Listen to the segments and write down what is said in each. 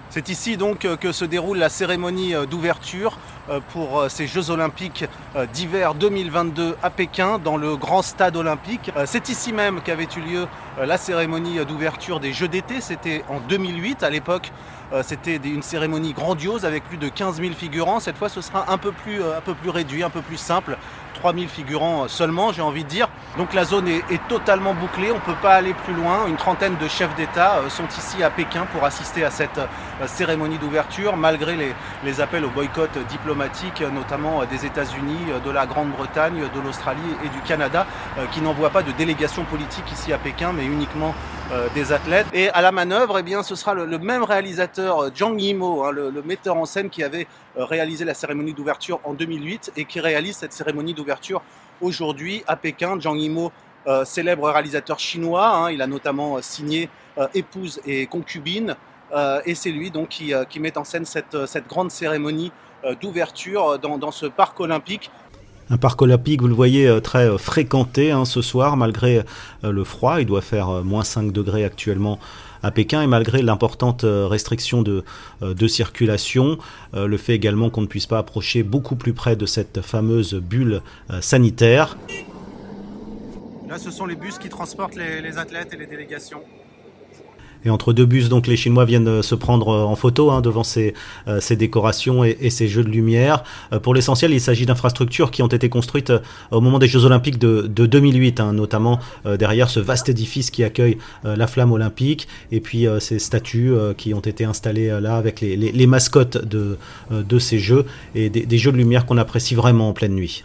C'est ici donc que se déroule la cérémonie d'ouverture pour ces Jeux Olympiques d'hiver 2022 à Pékin, dans le grand stade olympique. C'est ici même qu'avait eu lieu la cérémonie d'ouverture des Jeux d'été, c'était en 2008. À l'époque, c'était une cérémonie grandiose avec plus de 15 000 figurants. Cette fois, ce sera un peu plus réduit, un peu plus simple. 3 000 figurants seulement, j'ai envie de dire. Donc la zone est totalement bouclée, on ne peut pas aller plus loin. Une trentaine de chefs d'État sont ici à Pékin pour assister à cette cérémonie d'ouverture, malgré les appels au boycott diplomatique, notamment des États-Unis, de la Grande-Bretagne, de l'Australie et du Canada, qui n'envoient pas de délégation politique ici à Pékin, mais uniquement des athlètes. Et à la manœuvre, eh bien, ce sera le même réalisateur, Zhang Yimou, le metteur en scène qui avait réalisé la cérémonie d'ouverture en 2008 et qui réalise cette cérémonie d'ouverture aujourd'hui à Pékin. Zhang Yimou, célèbre réalisateur chinois, il a notamment signé Épouse et concubine, et c'est lui donc qui met en scène cette grande cérémonie d'ouverture dans ce parc olympique. Un parc olympique, vous le voyez, très fréquenté ce soir, malgré le froid. Il doit faire moins 5 degrés actuellement à Pékin, et malgré l'importante restriction de circulation, le fait également qu'on ne puisse pas approcher beaucoup plus près de cette fameuse bulle sanitaire. Là, ce sont les bus qui transportent les athlètes et les délégations. Et entre deux bus, donc, les Chinois viennent se prendre en photo devant ces décorations et ces jeux de lumière. Pour l'essentiel, il s'agit d'infrastructures qui ont été construites au moment des Jeux Olympiques de 2008, notamment derrière ce vaste édifice qui accueille la flamme olympique, et puis ces statues qui ont été installées là avec les mascottes de ces jeux, et des jeux de lumière qu'on apprécie vraiment en pleine nuit.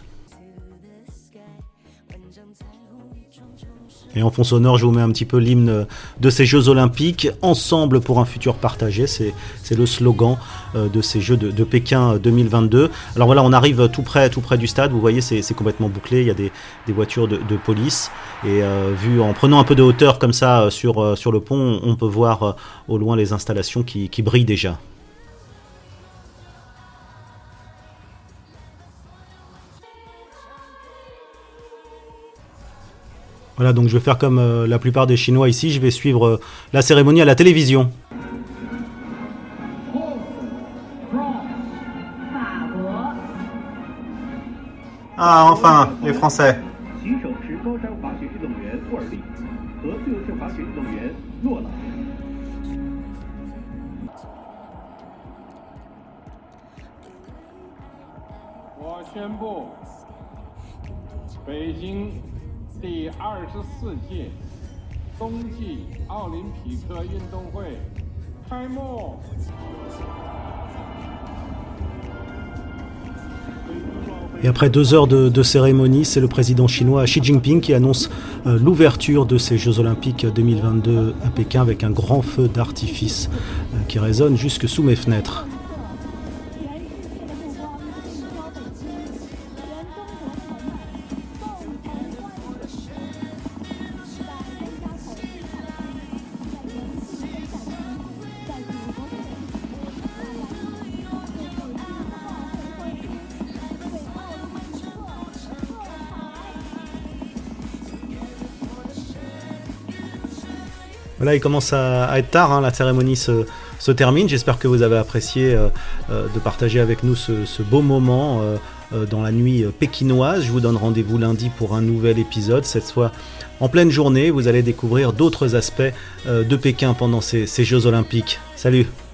Et en fond sonore, je vous mets un petit peu l'hymne de ces Jeux Olympiques, Ensemble pour un futur partagé, c'est le slogan de ces Jeux de Pékin 2022. Alors voilà, on arrive tout près du stade, vous voyez, c'est complètement bouclé, il y a des voitures de police, et vu en prenant un peu de hauteur comme ça sur le pont, on peut voir au loin les installations qui brillent déjà. Voilà, donc je vais faire comme la plupart des Chinois ici, je vais suivre la cérémonie à la télévision. Ah, enfin, les Français. Et après 2 heures de cérémonie, c'est le président chinois Xi Jinping qui annonce l'ouverture de ces Jeux Olympiques 2022 à Pékin avec un grand feu d'artifice qui résonne jusque sous mes fenêtres. Voilà, il commence à être tard, la cérémonie se termine. J'espère que vous avez apprécié de partager avec nous ce beau moment dans la nuit pékinoise. Je vous donne rendez-vous lundi pour un nouvel épisode. Cette fois, en pleine journée, vous allez découvrir d'autres aspects de Pékin pendant ces Jeux Olympiques. Salut!